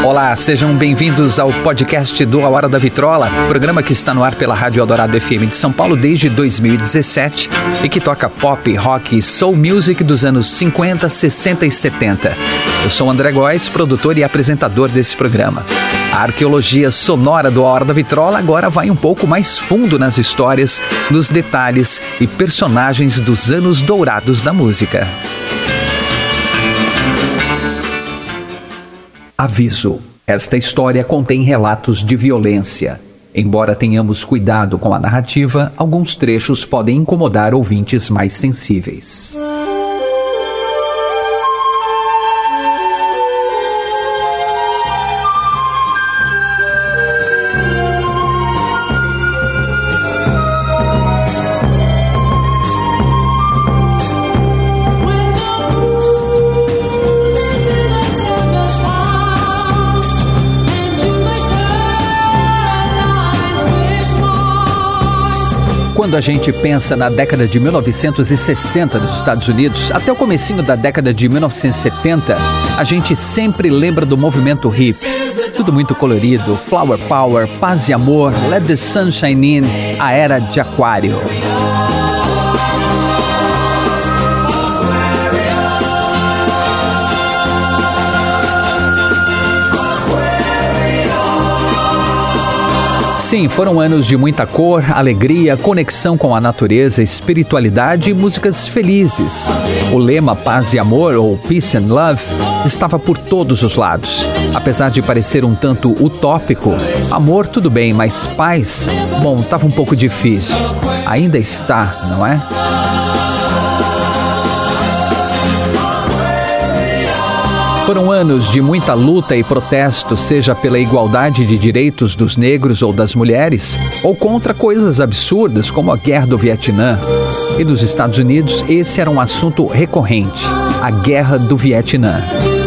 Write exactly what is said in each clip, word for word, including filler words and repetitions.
Olá, sejam bem-vindos ao podcast do A Hora da Vitrola, programa que está no ar pela Rádio Eldorado F M de São Paulo desde dois mil e dezessete e que toca pop, rock e soul music dos anos cinquenta, sessenta e setenta. Eu sou André Góes, produtor e apresentador desse programa. A arqueologia sonora do A Hora da Vitrola agora vai um pouco mais fundo nas histórias, nos detalhes e personagens dos anos dourados da música. Aviso: esta história contém relatos de violência. Embora tenhamos cuidado com a narrativa, alguns trechos podem incomodar ouvintes mais sensíveis. Quando a gente pensa na década de mil novecentos e sessenta nos Estados Unidos, até o comecinho da década de mil novecentos e setenta, a gente sempre lembra do movimento hip. Tudo muito colorido, flower power, paz e amor, let the sunshine in, a era de Aquário. Sim, foram anos de muita cor, alegria, conexão com a natureza, espiritualidade e músicas felizes. O lema Paz e Amor, ou Peace and Love, estava por todos os lados. Apesar de parecer um tanto utópico, amor tudo bem, mas paz, bom, estava um pouco difícil. Ainda está, não é? Foram anos de muita luta e protesto, seja pela igualdade de direitos dos negros ou das mulheres, ou contra coisas absurdas como a Guerra do Vietnã. E nos Estados Unidos, esse era um assunto recorrente, a Guerra do Vietnã.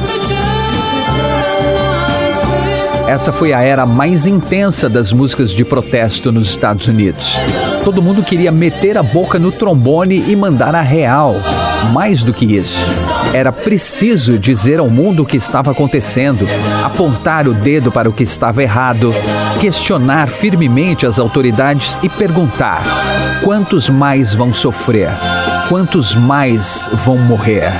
Essa foi a era mais intensa das músicas de protesto nos Estados Unidos. Todo mundo queria meter a boca no trombone e mandar a real. Mais do que isso, era preciso dizer ao mundo o que estava acontecendo, apontar o dedo para o que estava errado, questionar firmemente as autoridades e perguntar: quantos mais vão sofrer? Quantos mais vão morrer?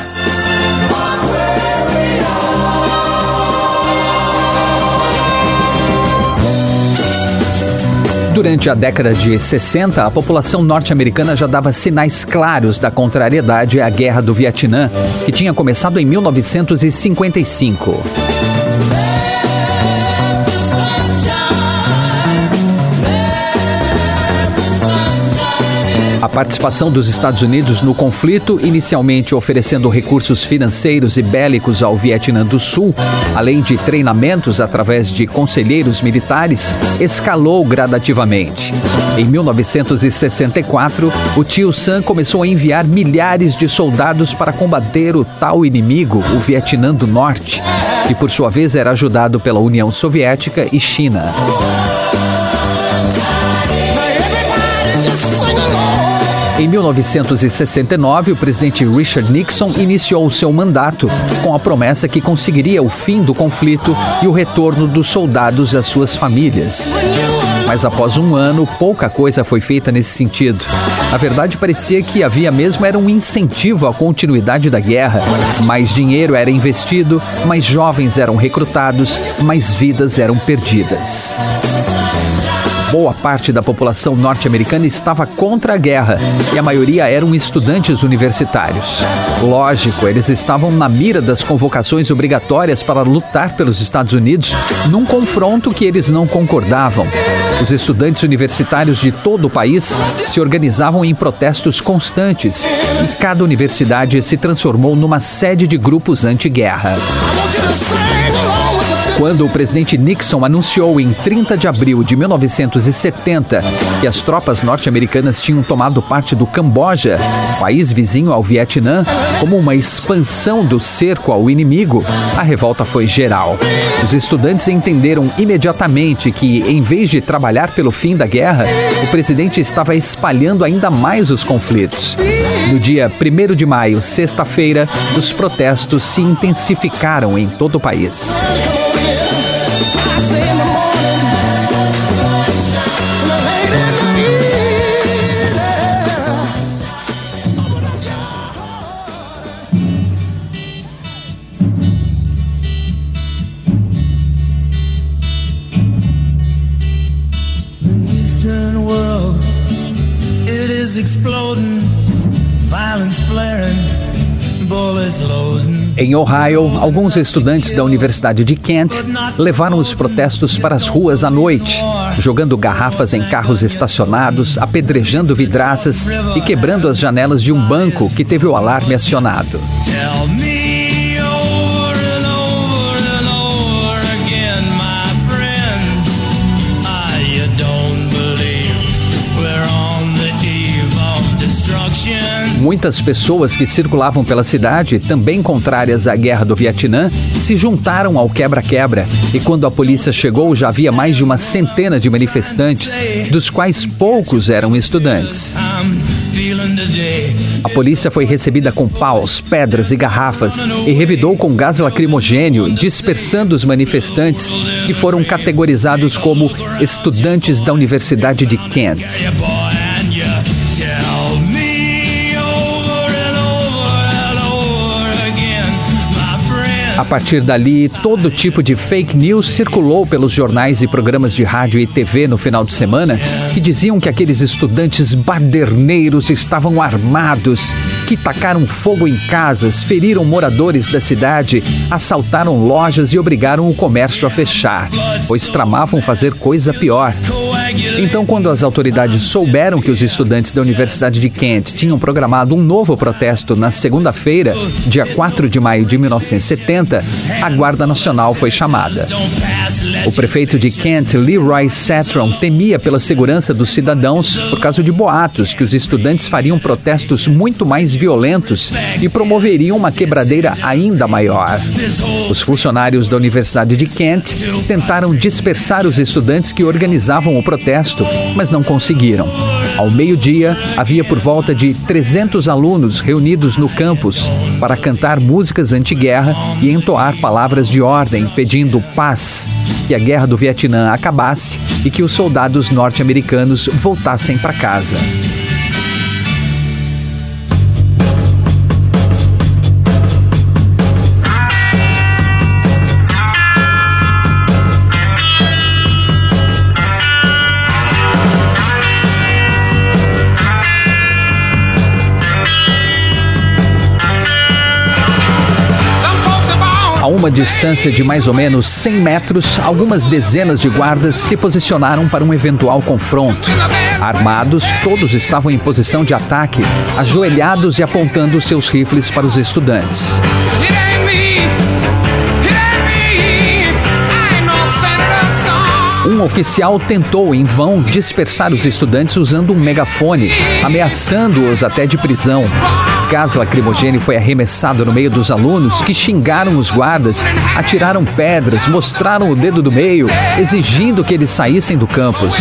Durante a década de sessenta, a população norte-americana já dava sinais claros da contrariedade à Guerra do Vietnã, que tinha começado em mil novecentos e cinquenta e cinco. A participação dos Estados Unidos no conflito, inicialmente oferecendo recursos financeiros e bélicos ao Vietnã do Sul, além de treinamentos através de conselheiros militares, escalou gradativamente. Em mil novecentos e sessenta e quatro, o tio Sam começou a enviar milhares de soldados para combater o tal inimigo, o Vietnã do Norte, que por sua vez era ajudado pela União Soviética e China. Em mil novecentos e sessenta e nove, o presidente Richard Nixon iniciou o seu mandato com a promessa que conseguiria o fim do conflito e o retorno dos soldados às suas famílias. Mas após um ano, pouca coisa foi feita nesse sentido. A verdade parecia que havia mesmo era um incentivo à continuidade da guerra. Mais dinheiro era investido, mais jovens eram recrutados, mais vidas eram perdidas. Boa parte da população norte-americana estava contra a guerra e a maioria eram estudantes universitários. Lógico, eles estavam na mira das convocações obrigatórias para lutar pelos Estados Unidos num confronto que eles não concordavam. Os estudantes universitários de todo o país se organizavam em protestos constantes e cada universidade se transformou numa sede de grupos anti-guerra. Quando o presidente Nixon anunciou em trinta de abril de mil novecentos e setenta que as tropas norte-americanas tinham tomado parte do Camboja, país vizinho ao Vietnã, como uma expansão do cerco ao inimigo, a revolta foi geral. Os estudantes entenderam imediatamente que, em vez de trabalhar pelo fim da guerra, o presidente estava espalhando ainda mais os conflitos. No dia primeiro de maio, sexta-feira, os protestos se intensificaram em todo o país. Em Ohio, alguns estudantes da Universidade de Kent levaram os protestos para as ruas à noite, jogando garrafas em carros estacionados, apedrejando vidraças e quebrando as janelas de um banco que teve o alarme acionado. Muitas pessoas que circulavam pela cidade, também contrárias à guerra do Vietnã, se juntaram ao quebra-quebra. E quando a polícia chegou, já havia mais de uma centena de manifestantes, dos quais poucos eram estudantes. A polícia foi recebida com paus, pedras e garrafas e revidou com gás lacrimogênio, dispersando os manifestantes, que foram categorizados como estudantes da Universidade de Kent. A partir dali, todo tipo de fake news circulou pelos jornais e programas de rádio e T V no final de semana, que diziam que aqueles estudantes baderneiros estavam armados, que tacaram fogo em casas, feriram moradores da cidade, assaltaram lojas e obrigaram o comércio a fechar, pois tramavam fazer coisa pior. Então, quando as autoridades souberam que os estudantes da Universidade de Kent tinham programado um novo protesto na segunda-feira, dia quatro de maio de mil novecentos e setenta, a Guarda Nacional foi chamada. O prefeito de Kent, Leroy Cetron, temia pela segurança dos cidadãos por causa de boatos que os estudantes fariam protestos muito mais violentos e promoveriam uma quebradeira ainda maior. Os funcionários da Universidade de Kent tentaram dispersar os estudantes que organizavam o protesto, mas não conseguiram. Ao meio-dia, havia por volta de trezentos alunos reunidos no campus para cantar músicas anti-guerra e entoar palavras de ordem pedindo paz, que a guerra do Vietnã acabasse e que os soldados norte-americanos voltassem para casa. A uma distância de mais ou menos cem metros, algumas dezenas de guardas se posicionaram para um eventual confronto. Armados, todos estavam em posição de ataque, ajoelhados e apontando seus rifles para os estudantes. Um oficial tentou, em vão, dispersar os estudantes usando um megafone, ameaçando-os até de prisão. Gás lacrimogêneo foi arremessado no meio dos alunos, que xingaram os guardas, atiraram pedras, mostraram o dedo do meio, exigindo que eles saíssem do campus.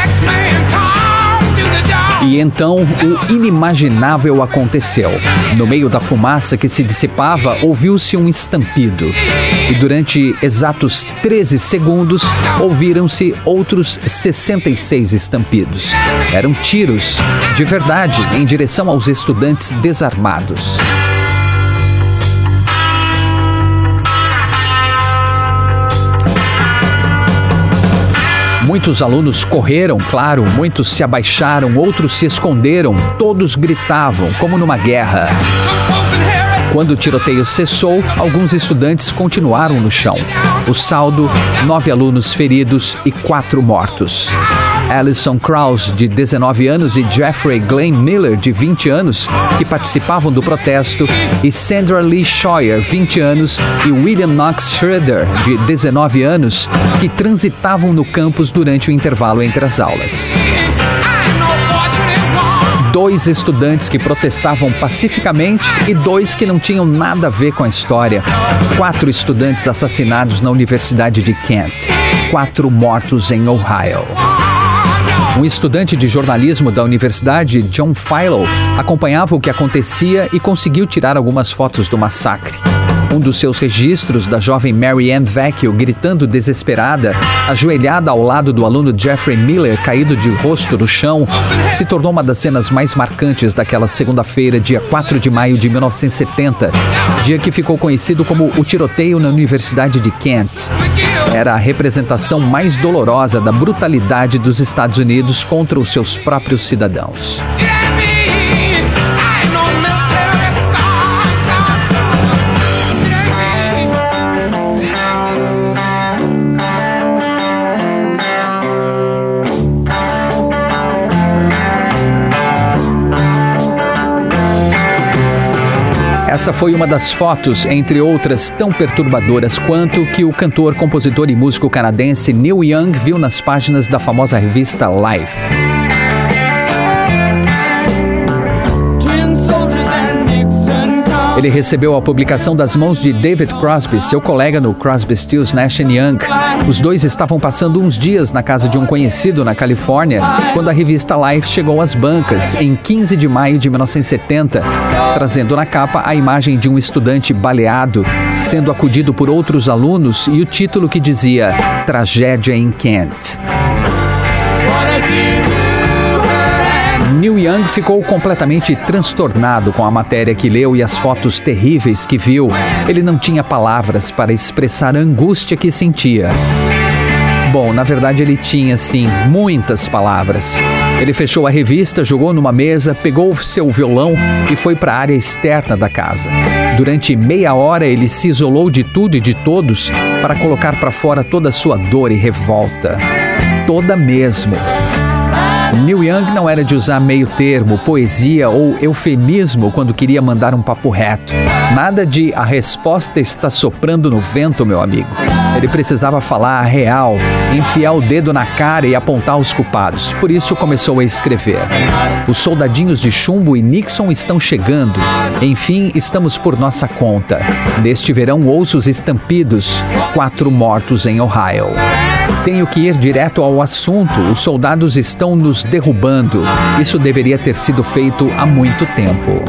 E então, o inimaginável aconteceu. No meio da fumaça que se dissipava, ouviu-se um estampido. E durante exatos treze segundos, ouviram-se outros sessenta e seis estampidos. Eram tiros, de verdade, em direção aos estudantes desarmados. Muitos alunos correram, claro, muitos se abaixaram, outros se esconderam, todos gritavam, como numa guerra. Quando o tiroteio cessou, alguns estudantes continuaram no chão. O saldo, nove alunos feridos e quatro mortos. Alison Krause, de dezenove anos, e Jeffrey Glenn Miller, de vinte anos, que participavam do protesto, e Sandra Lee Scheuer, vinte anos, e William Knox Schroeder, de dezenove anos, que transitavam no campus durante o intervalo entre as aulas. Dois estudantes que protestavam pacificamente e dois que não tinham nada a ver com a história. Quatro estudantes assassinados na Universidade de Kent. Quatro mortos em Ohio. Um estudante de jornalismo da universidade, John Philo, acompanhava o que acontecia e conseguiu tirar algumas fotos do massacre. Um dos seus registros da jovem Mary Ann Vecchio gritando desesperada, ajoelhada ao lado do aluno Jeffrey Miller caído de rosto no chão, se tornou uma das cenas mais marcantes daquela segunda-feira, dia quatro de maio de mil novecentos e setenta, dia que ficou conhecido como o tiroteio na Universidade de Kent. Era a representação mais dolorosa da brutalidade dos Estados Unidos contra os seus próprios cidadãos. Essa foi uma das fotos, entre outras tão perturbadoras quanto, que o cantor, compositor e músico canadense Neil Young viu nas páginas da famosa revista Life. Ele recebeu a publicação das mãos de David Crosby, seu colega no Crosby, Stills, Nash and Young. Os dois estavam passando uns dias na casa de um conhecido na Califórnia, quando a revista Life chegou às bancas, em quinze de maio de mil novecentos e setenta, trazendo na capa a imagem de um estudante baleado, sendo acudido por outros alunos, e o título que dizia Tragédia em Kent. Neil Young ficou completamente transtornado com a matéria que leu e as fotos terríveis que viu. Ele não tinha palavras para expressar a angústia que sentia. Bom, na verdade ele tinha, sim, muitas palavras. Ele fechou a revista, jogou numa mesa, pegou seu violão e foi para a área externa da casa. Durante meia hora ele se isolou de tudo e de todos para colocar para fora toda a sua dor e revolta. Toda mesmo. Neil Young não era de usar meio termo, poesia ou eufemismo quando queria mandar um papo reto. Nada de a resposta está soprando no vento, meu amigo. Ele precisava falar a real, enfiar o dedo na cara e apontar os culpados. Por isso começou a escrever. Os soldadinhos de chumbo e Nixon estão chegando. Enfim, estamos por nossa conta. Neste verão ouço os estampidos. Quatro mortos em Ohio. Tenho que ir direto ao assunto. Os soldados estão nos derrubando. Isso deveria ter sido feito há muito tempo.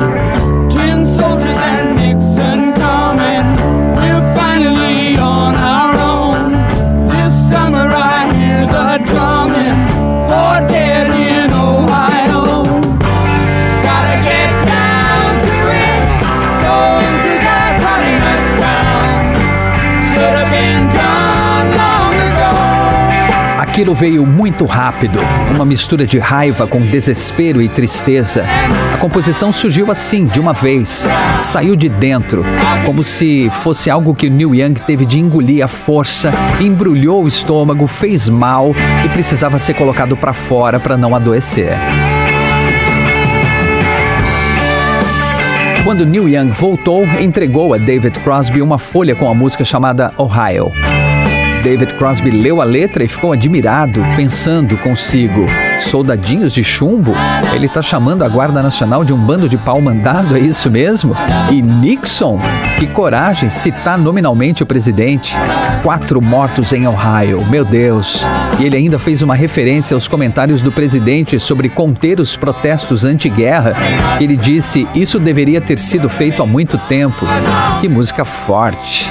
Aquilo veio muito rápido, uma mistura de raiva com desespero e tristeza. A composição surgiu assim, de uma vez, saiu de dentro, como se fosse algo que Neil Young teve de engolir à força, embrulhou o estômago, fez mal e precisava ser colocado para fora para não adoecer. Quando Neil Young voltou, entregou a David Crosby uma folha com a música chamada Ohio. David Crosby leu a letra e ficou admirado, pensando consigo: soldadinhos de chumbo? Ele está chamando a Guarda Nacional de um bando de pau mandado, é isso mesmo? E Nixon? Que coragem, citar nominalmente o presidente. Quatro mortos em Ohio, meu Deus. E ele ainda fez uma referência aos comentários do presidente sobre conter os protestos anti-guerra. Ele disse: isso deveria ter sido feito há muito tempo. Que música forte.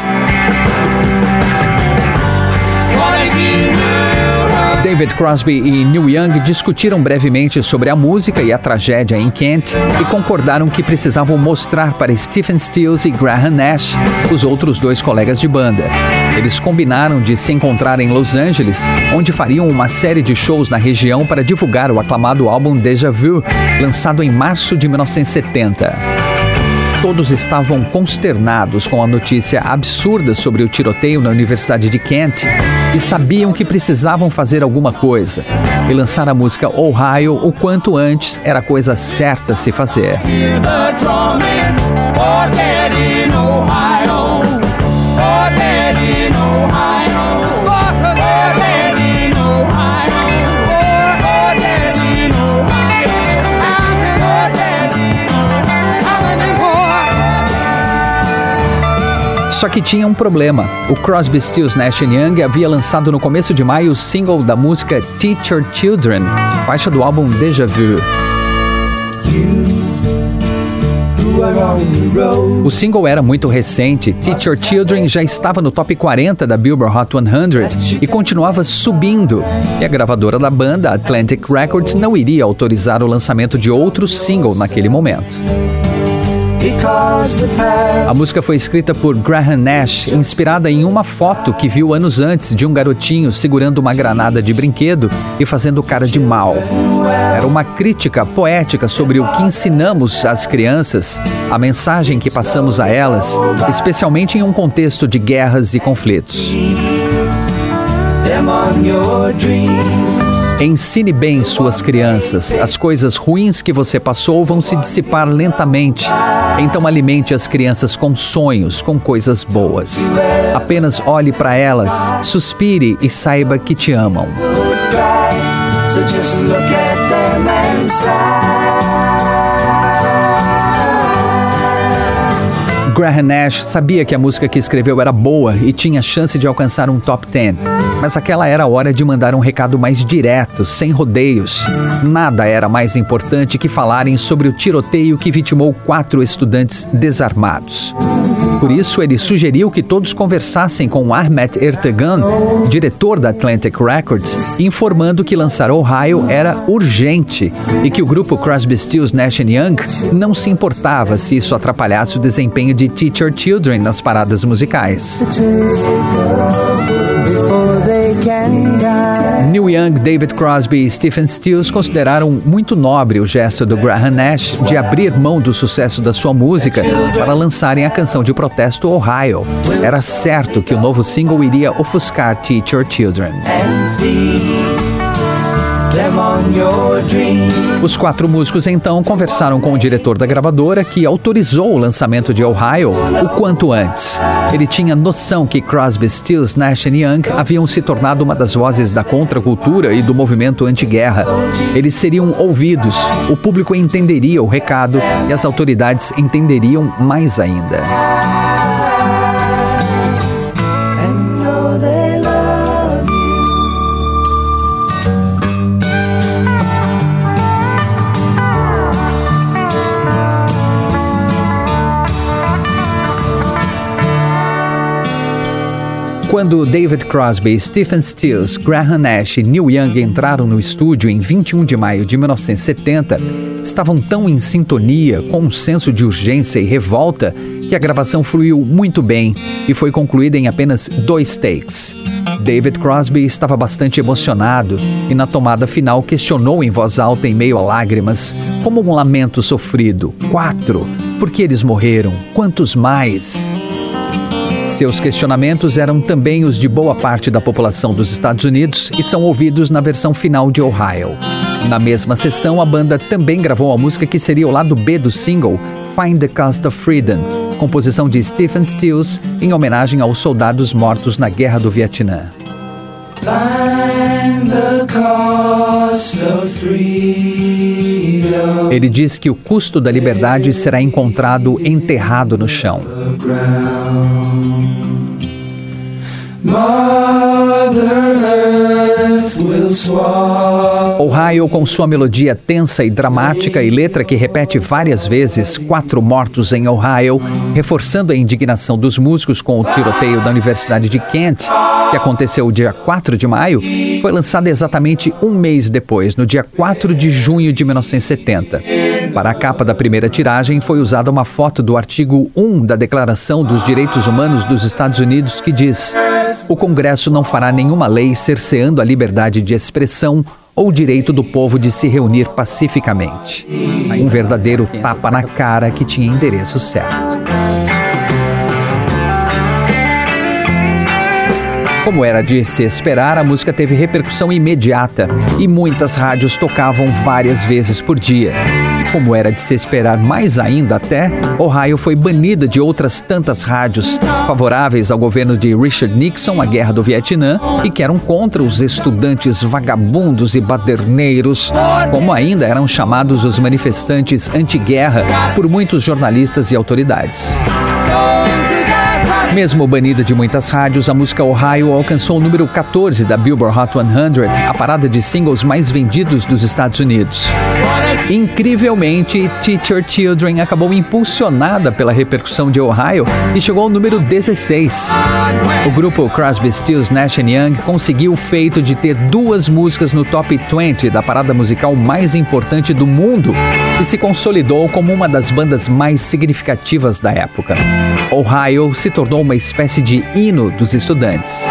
David Crosby e Neil Young discutiram brevemente sobre a música e a tragédia em Kent e concordaram que precisavam mostrar para Stephen Stills e Graham Nash, os outros dois colegas de banda. Eles combinaram de se encontrar em Los Angeles, onde fariam uma série de shows na região para divulgar o aclamado álbum Deja Vu, lançado em março de mil novecentos e setenta. Todos estavam consternados com a notícia absurda sobre o tiroteio na Universidade de Kent e sabiam que precisavam fazer alguma coisa. E lançar a música Ohio o quanto antes era a coisa certa a se fazer. Só que tinha um problema. O Crosby, Stills, Nash and Young havia lançado no começo de maio o single da música Teach Your Children, faixa do álbum Deja Vu. O single era muito recente. Teach Your Children já estava no top quarenta da Billboard Hot cem e continuava subindo. E a gravadora da banda, Atlantic Records, não iria autorizar o lançamento de outro single naquele momento. A música foi escrita por Graham Nash, inspirada em uma foto que viu anos antes de um garotinho segurando uma granada de brinquedo e fazendo cara de mal. Era uma crítica poética sobre o que ensinamos às crianças, a mensagem que passamos a elas, especialmente em um contexto de guerras e conflitos. Ensine bem suas crianças. As coisas ruins que você passou vão se dissipar lentamente. Então alimente as crianças com sonhos, com coisas boas. Apenas olhe para elas, suspire e saiba que te amam. Graham Nash sabia que a música que escreveu era boa e tinha chance de alcançar um top dez. Mas aquela era a hora de mandar um recado mais direto, sem rodeios. Nada era mais importante que falarem sobre o tiroteio que vitimou quatro estudantes desarmados. Por isso, ele sugeriu que todos conversassem com Ahmet Ertegun, diretor da Atlantic Records, informando que lançar Ohio era urgente e que o grupo Crosby, Stills, Nash and Young não se importava se isso atrapalhasse o desempenho de Teach Your Children nas paradas musicais. Neil Young, David Crosby e Stephen Stills consideraram muito nobre o gesto do Graham Nash de abrir mão do sucesso da sua música para lançarem a canção de protesto Ohio. Era certo que o novo single iria ofuscar Teach Your Children. Os quatro músicos então conversaram com o diretor da gravadora, que autorizou o lançamento de Ohio o quanto antes. Ele tinha noção que Crosby, Stills, Nash and Young haviam se tornado uma das vozes da contracultura e do movimento anti-guerra. Eles seriam ouvidos, o público entenderia o recado e as autoridades entenderiam mais ainda. Quando David Crosby, Stephen Stills, Graham Nash e Neil Young entraram no estúdio em vinte e um de maio de mil novecentos e setenta, estavam tão em sintonia, com um senso de urgência e revolta, que a gravação fluiu muito bem e foi concluída em apenas dois takes. David Crosby estava bastante emocionado e na tomada final questionou em voz alta em meio a lágrimas, como um lamento sofrido: quatro, por que eles morreram? Quantos mais? Seus questionamentos eram também os de boa parte da população dos Estados Unidos e são ouvidos na versão final de Ohio. Na mesma sessão, a banda também gravou a música que seria o lado B do single, Find the Cost of Freedom, composição de Stephen Stills em homenagem aos soldados mortos na Guerra do Vietnã. Find the cost of freedom. Ele diz que o custo da liberdade será encontrado enterrado no chão. Ohio, com sua melodia tensa e dramática e letra que repete várias vezes quatro mortos em Ohio, reforçando a indignação dos músicos com o tiroteio da Universidade de Kent, que aconteceu dia quatro de maio, foi lançada exatamente um mês depois, no dia quatro de junho de mil novecentos e setenta. Para a capa da primeira tiragem foi usada uma foto do artigo um da Declaração dos Direitos Humanos dos Estados Unidos, que diz: o Congresso não fará nenhuma lei cerceando a liberdade de expressão ou o direito do povo de se reunir pacificamente. Um verdadeiro tapa na cara que tinha endereço certo. Como era de se esperar, a música teve repercussão imediata e muitas rádios tocavam várias vezes por dia. Como era de se esperar mais ainda até, Ohio foi banida de outras tantas rádios favoráveis ao governo de Richard Nixon, a Guerra do Vietnã, e que eram contra os estudantes vagabundos e baderneiros, como ainda eram chamados os manifestantes anti-guerra por muitos jornalistas e autoridades. Mesmo banida de muitas rádios, a música Ohio alcançou o número quatorze da Billboard Hot cem, a parada de singles mais vendidos dos Estados Unidos. Incrivelmente, Teach Children acabou impulsionada pela repercussão de Ohio e chegou ao número dezesseis. O grupo Crosby, Stills, Nash and Young conseguiu o feito de ter duas músicas no top vinte da parada musical mais importante do mundo e se consolidou como uma das bandas mais significativas da época. Ohio se tornou uma espécie de hino dos estudantes.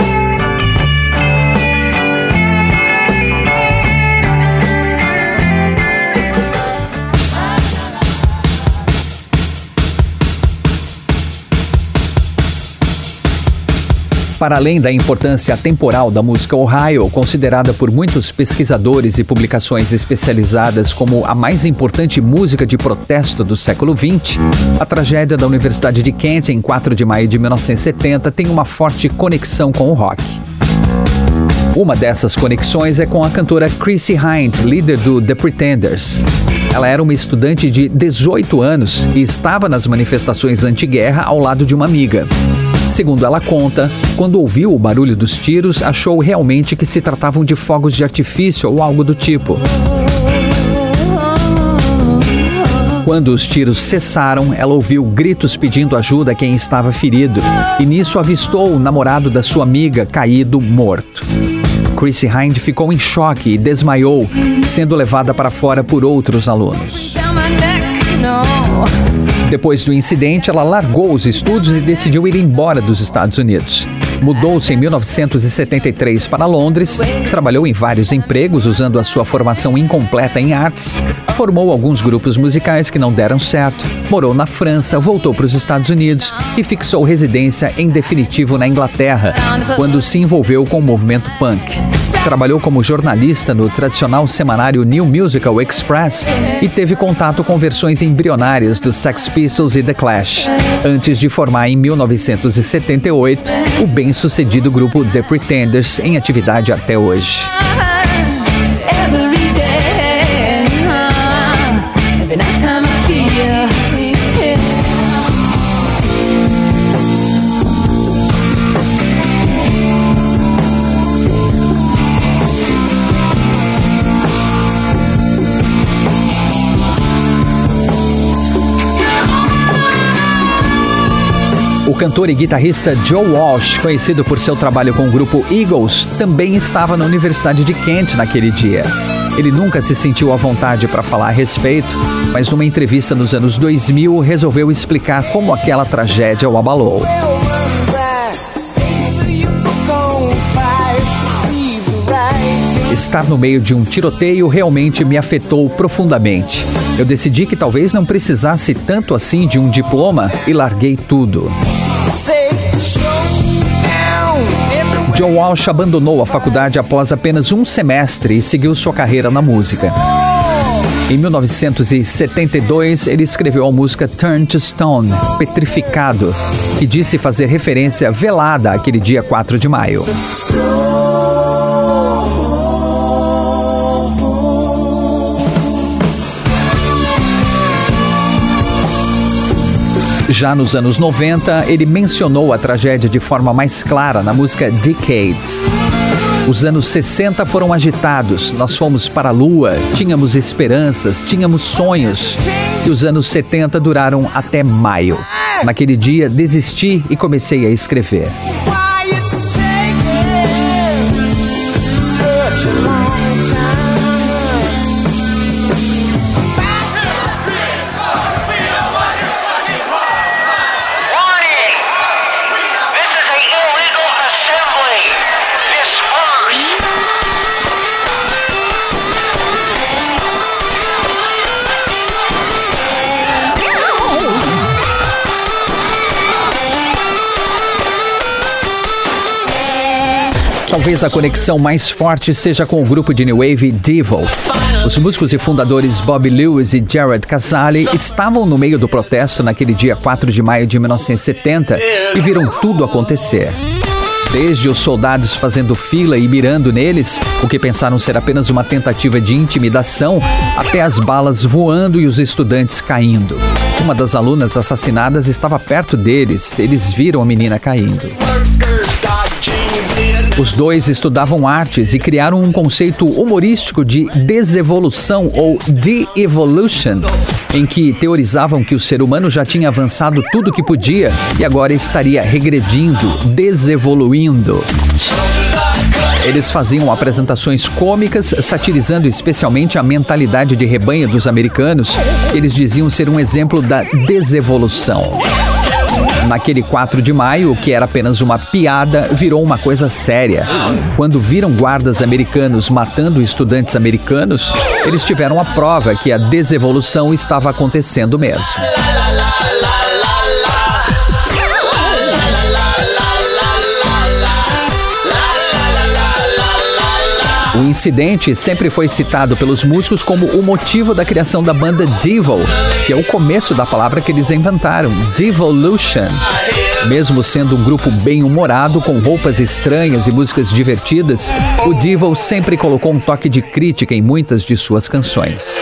Para além da importância temporal da música Ohio, considerada por muitos pesquisadores e publicações especializadas como a mais importante música de protesto do século vinte, a tragédia da Universidade de Kent, em quatro de maio de mil novecentos e setenta, tem uma forte conexão com o rock. Uma dessas conexões é com a cantora Chrissie Hynde, líder do The Pretenders. Ela era uma estudante de dezoito anos e estava nas manifestações anti-guerra ao lado de uma amiga. Segundo ela conta, quando ouviu o barulho dos tiros, achou realmente que se tratavam de fogos de artifício ou algo do tipo. Quando os tiros cessaram, ela ouviu gritos pedindo ajuda a quem estava ferido, e nisso avistou o namorado da sua amiga caído morto. Chrissie Hynde ficou em choque e desmaiou, sendo levada para fora por outros alunos. Depois do incidente, ela largou os estudos e decidiu ir embora dos Estados Unidos. Mudou-se em mil novecentos e setenta e três para Londres, trabalhou em vários empregos usando a sua formação incompleta em artes, formou alguns grupos musicais que não deram certo, morou na França, voltou para os Estados Unidos e fixou residência em definitivo na Inglaterra, quando se envolveu com o movimento punk. Trabalhou como jornalista no tradicional semanário New Musical Express e teve contato com versões embrionárias dos Sex Pistols e The Clash, antes de formar em mil novecentos e setenta e oito o bem-sucedido grupo The Pretenders, em atividade até hoje. O cantor e guitarrista Joe Walsh, conhecido por seu trabalho com o grupo Eagles, também estava na Universidade de Kent naquele dia. Ele nunca se sentiu à vontade para falar a respeito, mas numa entrevista nos anos dois mil resolveu explicar como aquela tragédia o abalou. Estar no meio de um tiroteio realmente me afetou profundamente. Eu decidi que talvez não precisasse tanto assim de um diploma e larguei tudo. Joe Walsh abandonou a faculdade após apenas um semestre e seguiu sua carreira na música. Em mil novecentos e setenta e dois, ele escreveu a música Turn to Stone, Petrificado, que disse fazer referência velada àquele dia quatro de maio. Já nos anos noventa, ele mencionou a tragédia de forma mais clara na música Decades. Os anos sessenta foram agitados, nós fomos para a lua, tínhamos esperanças, tínhamos sonhos. E os anos setenta duraram até maio. Naquele dia, desisti e comecei a escrever. Talvez a conexão mais forte seja com o grupo de New Wave Devil. Os músicos e fundadores Bobby Lewis e Jared Casale estavam no meio do protesto naquele dia quatro de maio de mil novecentos e setenta e viram tudo acontecer. Desde os soldados fazendo fila e mirando neles, o que pensaram ser apenas uma tentativa de intimidação, até as balas voando e os estudantes caindo. Uma das alunas assassinadas estava perto deles, eles viram a menina caindo. Os dois estudavam artes e criaram um conceito humorístico de desevolução ou de-evolution, em que teorizavam que o ser humano já tinha avançado tudo o que podia e agora estaria regredindo, desevoluindo. Eles faziam apresentações cômicas, satirizando especialmente a mentalidade de rebanho dos americanos. Eles diziam ser um exemplo da desevolução. Naquele quatro de maio, o que era apenas uma piada, virou uma coisa séria. Quando viram guardas americanos matando estudantes americanos, eles tiveram a prova que a desevolução estava acontecendo mesmo. O incidente sempre foi citado pelos músicos como o motivo da criação da banda Devil, que é o começo da palavra que eles inventaram, Devolution. Mesmo sendo um grupo bem-humorado, com roupas estranhas e músicas divertidas, o Devil sempre colocou um toque de crítica em muitas de suas canções.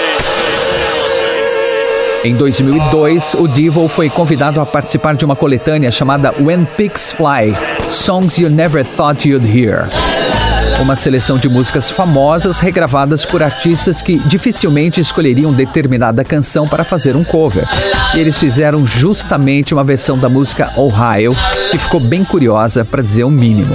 Em dois mil e dois, o Devil foi convidado a participar de uma coletânea chamada When Pigs Fly, Songs You Never Thought You'd Hear. Uma seleção de músicas famosas regravadas por artistas que dificilmente escolheriam determinada canção para fazer um cover. E eles fizeram justamente uma versão da música Ohio, que ficou bem curiosa, para dizer o mínimo.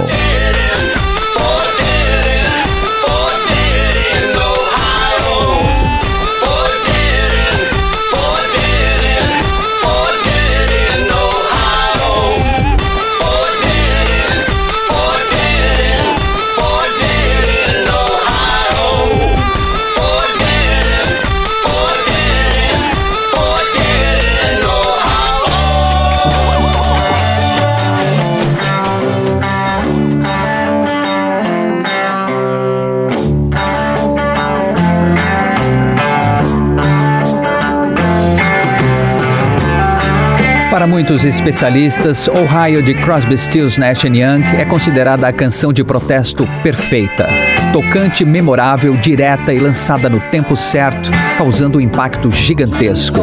Para muitos especialistas, Ohio de Crosby, Stills, Nash and Young é considerada a canção de protesto perfeita. Tocante, memorável, direta e lançada no tempo certo, causando um impacto gigantesco.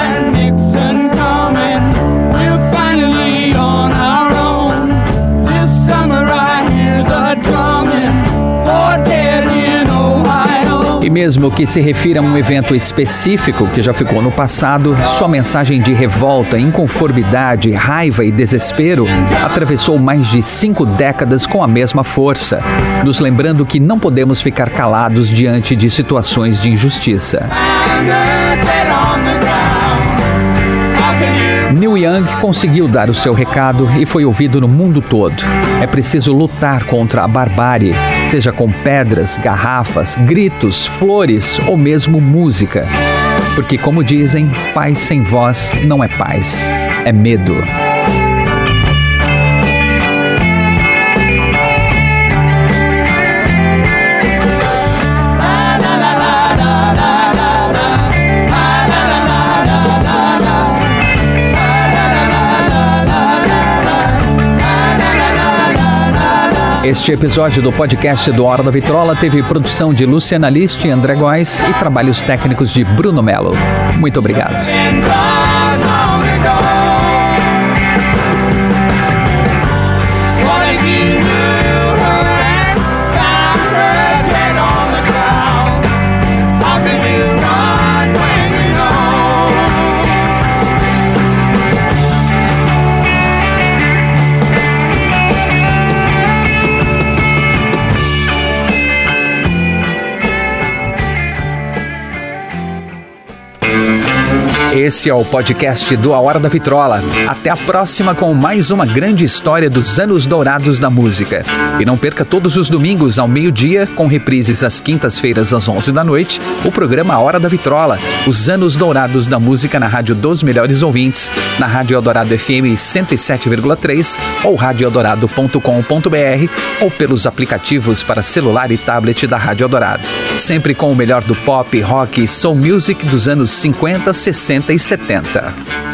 E mesmo que se refira a um evento específico que já ficou no passado, sua mensagem de revolta, inconformidade, raiva e desespero atravessou mais de cinco décadas com a mesma força, nos lembrando que não podemos ficar calados diante de situações de injustiça. Neil Young conseguiu dar o seu recado e foi ouvido no mundo todo. É preciso lutar contra a barbárie, seja com pedras, garrafas, gritos, flores ou mesmo música. Porque, como dizem, paz sem voz não é paz, é medo. Este episódio do podcast do Hora da Vitrola teve produção de Luciana List e André Góes e trabalhos técnicos de Bruno Melo. Muito obrigado. Esse é o podcast do A Hora da Vitrola. Até a próxima com mais uma grande história dos anos dourados da música. E não perca todos os domingos ao meio-dia, com reprises às quintas-feiras às onze da noite, o programa A Hora da Vitrola, os anos dourados da música na Rádio dos Melhores Ouvintes, na Rádio Eldorado F M cento e sete vírgula três ou rádio eldorado ponto com ponto b r ou pelos aplicativos para celular e tablet da Rádio Eldorado. Sempre com o melhor do pop, rock e soul music dos anos cinquenta, sessenta e setenta.